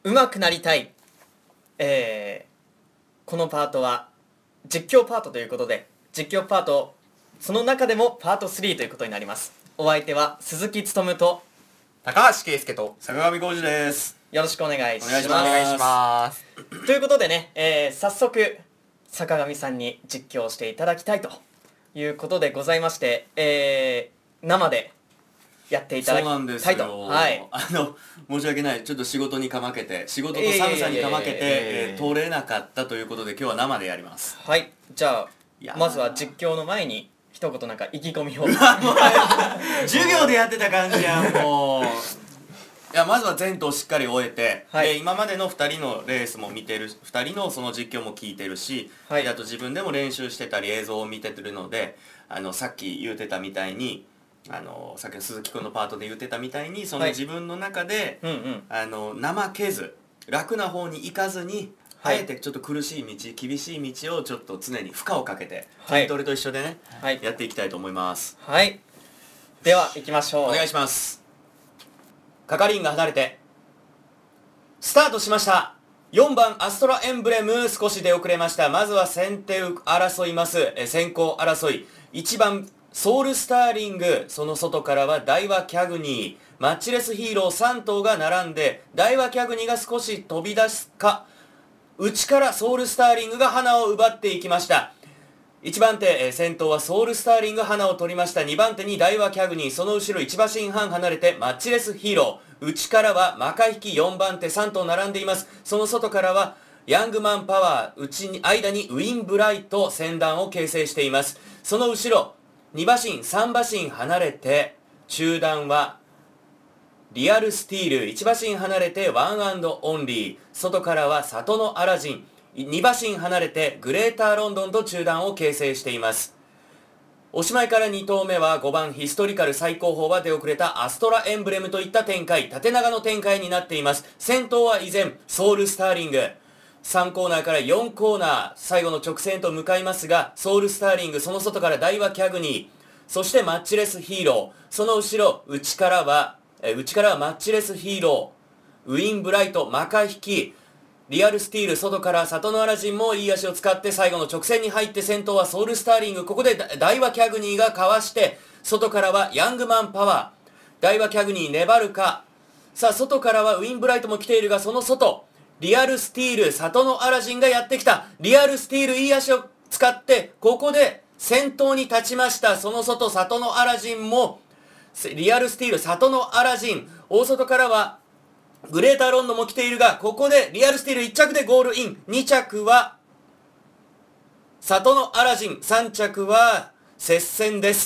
上手くなりたい、このパートは実況パートということで、実況パートその中でもパート3ということになります。お相手は鈴木努と高橋圭介と坂上浩二です。 よろしくお願いします。 お願いしますということでね、早速坂上さんに実況していただきたいということでございまして、生でやっていただきそうなんですたいと。 よ、 はい、 申し訳ない、ちょっと仕事にかまけて、仕事と寒さにかまけて通れなかったということで、今日は生でやります。 はい、じゃいやあまずは実況の前に一言なんか意気込みを授業でやってた感じやん、もう。いや、まずは前頭しっかり終えて、 はいで今までの2人のレースも見てる、2人のその実況も聞いてるし、 はいであと自分でも練習してたり映像を見てるので、さっき言ってたみたいに、さっきの鈴木君のパートで言ってたみたいに、そのはい自分の中で、 うんうん、 怠けず楽な方に行かずに、 はいあえてちょっと苦しい道、厳しい道をちょっと常に負荷をかけて、 はい筋トレと一緒でね、 はいやっていきたいと思います。 はい、では行きましょう。 お願いします。係員が離れてスタートしました。4番アストラエンブレム、少し出遅れました。まずは先手を争います、先行争い。1番ソウルスターリング、その外からはダイワキャグニー、マッチレスヒーロー3頭が並んで、ダイワキャグニーが少し飛び出すか、内からソウルスターリングが花を奪っていきました。1番手、先頭はソウルスターリング、花を取りました。2番手にダイワキャグニー、その後ろ1馬身半離れてマッチレスヒーロー、内からはマカヒキ4番手3頭並んでいます。その外からはヤングマンパワー、間にウィンブライト、先団を形成しています。その後ろ2馬身3馬身離れて中段はリアルスティール、1馬身離れてワンアンドオンリー、外からは里のアラジン、2馬身離れてグレーターロンドンと中段を形成しています。おしまいから2頭目は5番ヒストリカル、最高峰は出遅れたアストラエンブレムといった展開、縦長の展開になっています。先頭は依然ソウルスターリング、3コーナーから4コーナー、最後の直線と向かいますが、ソウルスターリング、その外からダイワキャグニー、そしてマッチレスヒーロー、その後ろ内からはマッチレスヒーロー、ウィンブライト、マカヒキ、リアルスティール、外から里のアラジンもいい足を使って最後の直線に入って、先頭はソウルスターリング、ここでダイワキャグニーがかわして、外からはヤングマンパワー、ダイワキャグニー粘るか、さあ外からはウィンブライトも来ているが、その外リアルスティール、里のアラジンがやってきた。リアルスティール、いい足を使ってここで先頭に立ちました。その外里のアラジンも、リアルスティール、里のアラジン、大外からはグレーターロンドンも来ているが、ここでリアルスティール1着でゴールイン、2着は里のアラジン、3着は接戦です。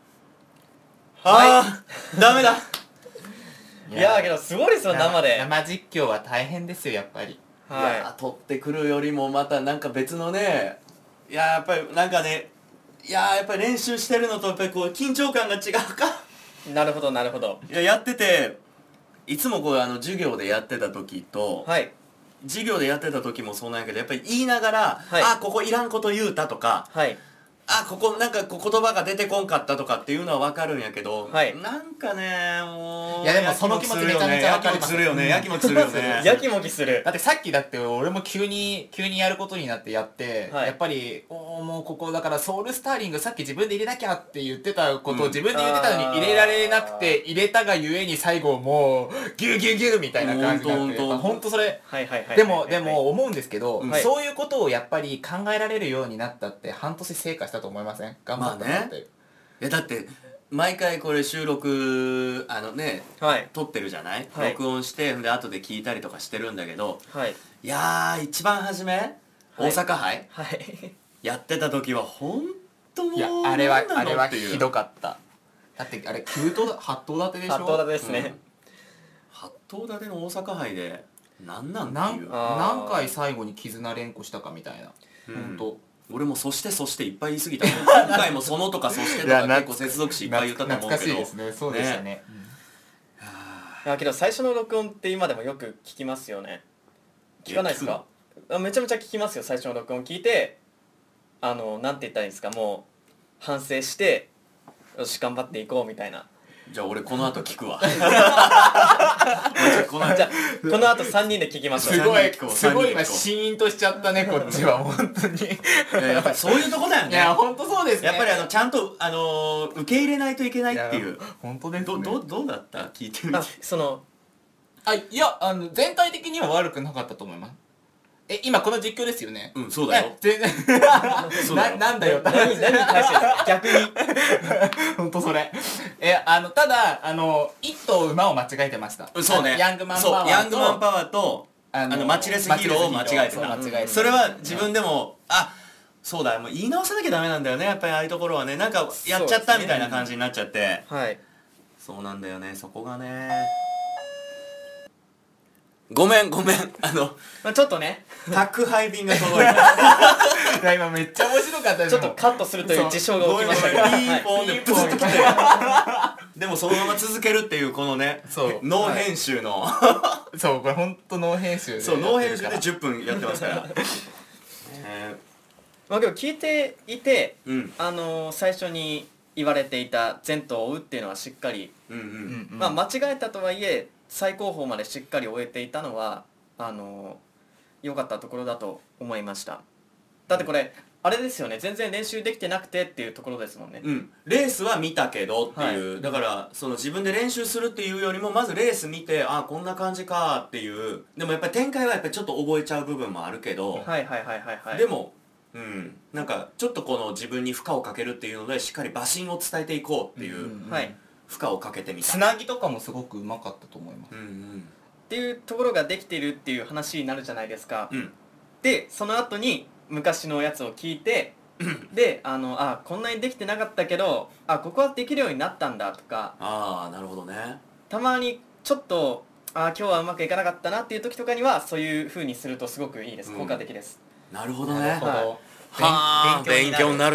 はダメだ。 いやけどすごいですよ、生で。 生実況は大変ですよ、やっぱり。 は取ってくるよりもまたなんか別のね、やっぱりなんかね、やっぱり練習してるのとやっぱりこう緊張感が違うか。 い、なるほどなるほど。 やってて、いつもこう授業でやってた時と、 はい、 授業でやってた時もそうなんやけど、やっぱり言いながら、 はい、 あ、ここいらんこと言うたとか、 はい、 あ、ここなんかこう言葉が出てこんかったとかっていうのは分かるんやけど、 はいなんかね、もういやでもその気持ちめちゃめちゃ分かります。 やきもちするよね。 やきもきする。 だってさっきだって俺も急にやることになってやって、 はいやっぱりもうここだからソウルスターリングさっき自分で入れなきゃって言ってたことを自分で言ってたのに入れられなくて、入れたがゆえに最後もうギュギュギュみたいな感じになって、ほんとそれはいはいはい。 でも思うんですけど、 はいそういうことをやっぱり考えられるようになったって半年成果したと思いません？頑張ったなって、 いやだって毎回これ収録はい、 撮ってるじゃない、 はい、 録音してで後で聞いたりとかしてるんだけど、 はい、 いやー一番初め、 はい、 大阪杯はい、 やってた時はほんともう、 いやあれはひひどかった。だってあれ9頭8頭立てでしょ。 8頭立てですね、 8頭立ての大阪杯でなんっていう何回最後に絆連呼したかみたいな、ほんと俺もそしていっぱい言い過ぎた今回もそのとかそしてとか結構接続詞いっぱい言ったと思うけど、 懐かしいですね。そうでしたね。 いやけど最初の録音って今でもよく聞きますよね。聞かないですか？めちゃめちゃ聞きますよ。最初の録音聞いて、なんて言ったらいいんですか、もう反省してよし頑張っていこうみたいなじゃあ俺この後聞くわこのじゃあこの後3人で聞きましょう。 すごい三人聞こうすごい今シーンとしちゃったねこっちは本当に。 いややっぱりそういうとこだよね。 いや本当そうですね。 やっぱりちゃんと受け入れないといけないっていう。 本当ですね。 どうだった聞いてみて。 いや全体的には悪くなかったと思います。今この実況ですよね。 うんそうだよ。 全然そうだよなんだよ何に対してですか逆に。 本当それ。ただ一頭馬を間違えてました。 そうね。 ヤングマンパワーとヤングマンパワーとマッチレスヒーローを間違えてた。 間違えてたそれは自分でもそうだもう言い直さなきゃダメなんだよね。やっぱりああいうところはねなんかやっちゃったみたいな感じになっちゃって。 はいそうなんだよねそこがね。ごめんちょっとね宅配便が届いた。 いや今めっちゃ面白かったです。 ちょっとカットするという事象が起きましたけど、 ピーポンでプツッと来てでもそのまま続けるっていうこのねそうノー編集のそうこれ本当ノー編集でそうノー編集でやってる 10分やってますからまあけど聞いていて、 うん最初に言われていた前途を追うっていうのはしっかり、 うんうんうんまあ間違えたとはいえ最高峰までしっかり終えていたのは良かったところだと思いました。だってこれあれですよね全然練習できてなくてっていうところですもんね。 うんレースは見たけどっていう、 はいだからその自分で練習するっていうよりもまずレース見てこんな感じかっていうでもやっぱり展開はやっぱりちょっと覚えちゃう部分もあるけど、 はいはいはいはいはい。 でもなんかちょっとこの自分に負荷をかけるっていうのでしっかり馬身を伝えていこうっていうはい負荷をかけてみたつなぎとかもすごくうまかったと思います。 っていうところができているっていう話になるじゃないですか。 うんでその後に昔のやつを聞いてでこんなにできてなかったけどここはできるようになったんだとかなるほどねたまにちょっと今日はうまくいかなかったなっていう時とかにはそういう風にするとすごくいいです、効果的です。 なるほどねなるほど。 はあ勉強になる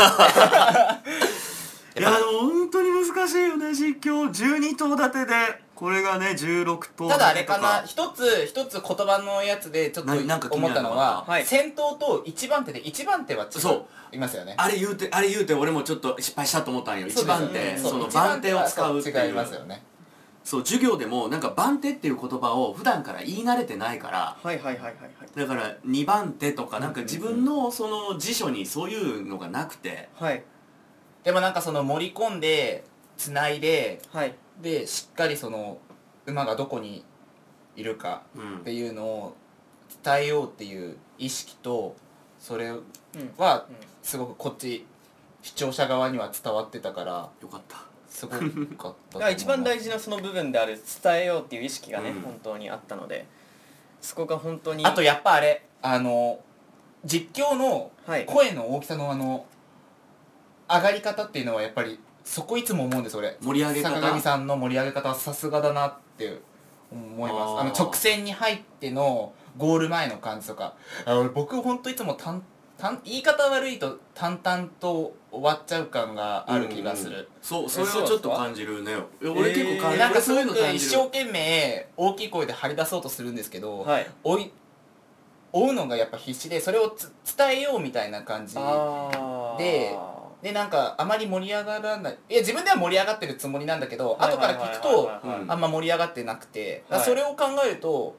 ないやでも本当に難しいよね実況12頭立てでこれがね16頭ただあれかな一つ言葉のやつでちょっとなんか気になるの思ったのは、 はい先頭と1番手で1番手は違うそういますよね。 あれ言うて俺もちょっと失敗したと思ったんよ一番手そうその番手を使うっていう違いますよね。 そう授業でもなんか番手っていう言葉を普段から言い慣れてないからはいはいはいはいはい。 だから2番手とかなんか自分のその辞書にそういうのがなくてはいでもなんかその盛り込んでつないではいでしっかりその馬がどこにいるかっていうのを伝えようっていう意識とそれはすごくこっち視聴者側には伝わってたからよかったすごかっただから一番大事。 事なその部分である伝えようっていう意識がね、 うん本当にあったのでそこが本当にあとやっぱあれ実況のはい声の大きさの上がり方っていうのはやっぱりそこいつも思うんです俺。 盛り上げ方坂上さんの盛り上げ方はさすがだなって思います。直線に入ってのゴール前の感じとか僕ほんといつも言い方悪いと淡々と終わっちゃう感がある気がする。 そうそれをちょっと感じるね俺結構感じるなんかそういうの俺感じる一生懸命大きい声で張り出そうとするんですけど、 はい追うのがやっぱ必死でそれを伝えようみたいな感じでなんかあまり盛り上がらないいや自分では盛り上がってるつもりなんだけど後から聞くとあんま盛り上がってなくて、 はいそれを考えると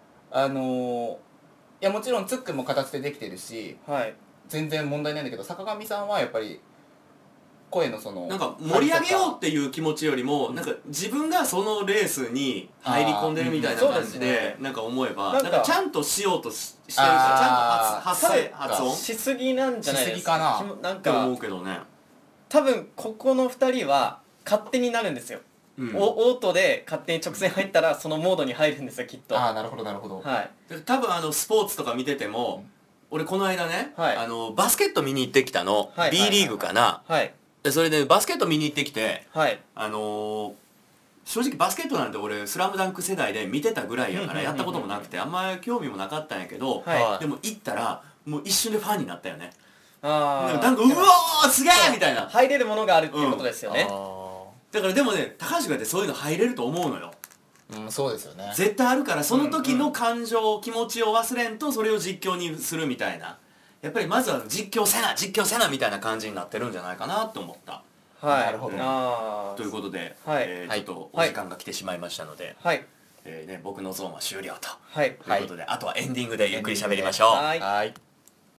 いやもちろんツックンも形でできてるしはい全然問題ないんだけど坂上さんはやっぱり声のそのなんか盛り上げようっていう気持ちよりもなんか自分がそのレースに入り込んでるみたいな感じそうですでねなんか思えばなかなんんかちゃんとしようとしてるからちゃんと発音しすぎなんじゃないですか。 しすぎかななんって思うかけどね多分ここの2人は勝手になるんですよ、 うんオートで勝手に直線入ったらそのモードに入るんですよきっと。はなるほどなるほど、 い多分スポーツとか見てても俺この間ねはいバスケット見に行ってきたのはい B リーグかなはいでそれでバスケット見に行ってきてはい正直バスケットなんて俺スラムダンク世代で見てたぐらいやからやったこともなくてあんまり興味もなかったんやけどはいでも行ったらもう一瞬でファンになったよねあなんかうわーすげえみたいな入れるものがあるっていうことですよね、 だからでもね高橋君ってそういうの入れると思うのよそうですよね。 絶対あるからその時の感情気持ちを忘れんとそれを実況にするみたいなやっぱりまずは実況せなみたいな感じになってるんじゃないかなって思ったはいなるほどあーということで、 はいちょっとお時間が来てしまいましたので、 はい僕のゾーンは終了とはいいうことで、あとはエンディングでゆっくり喋りましょう。 はいはい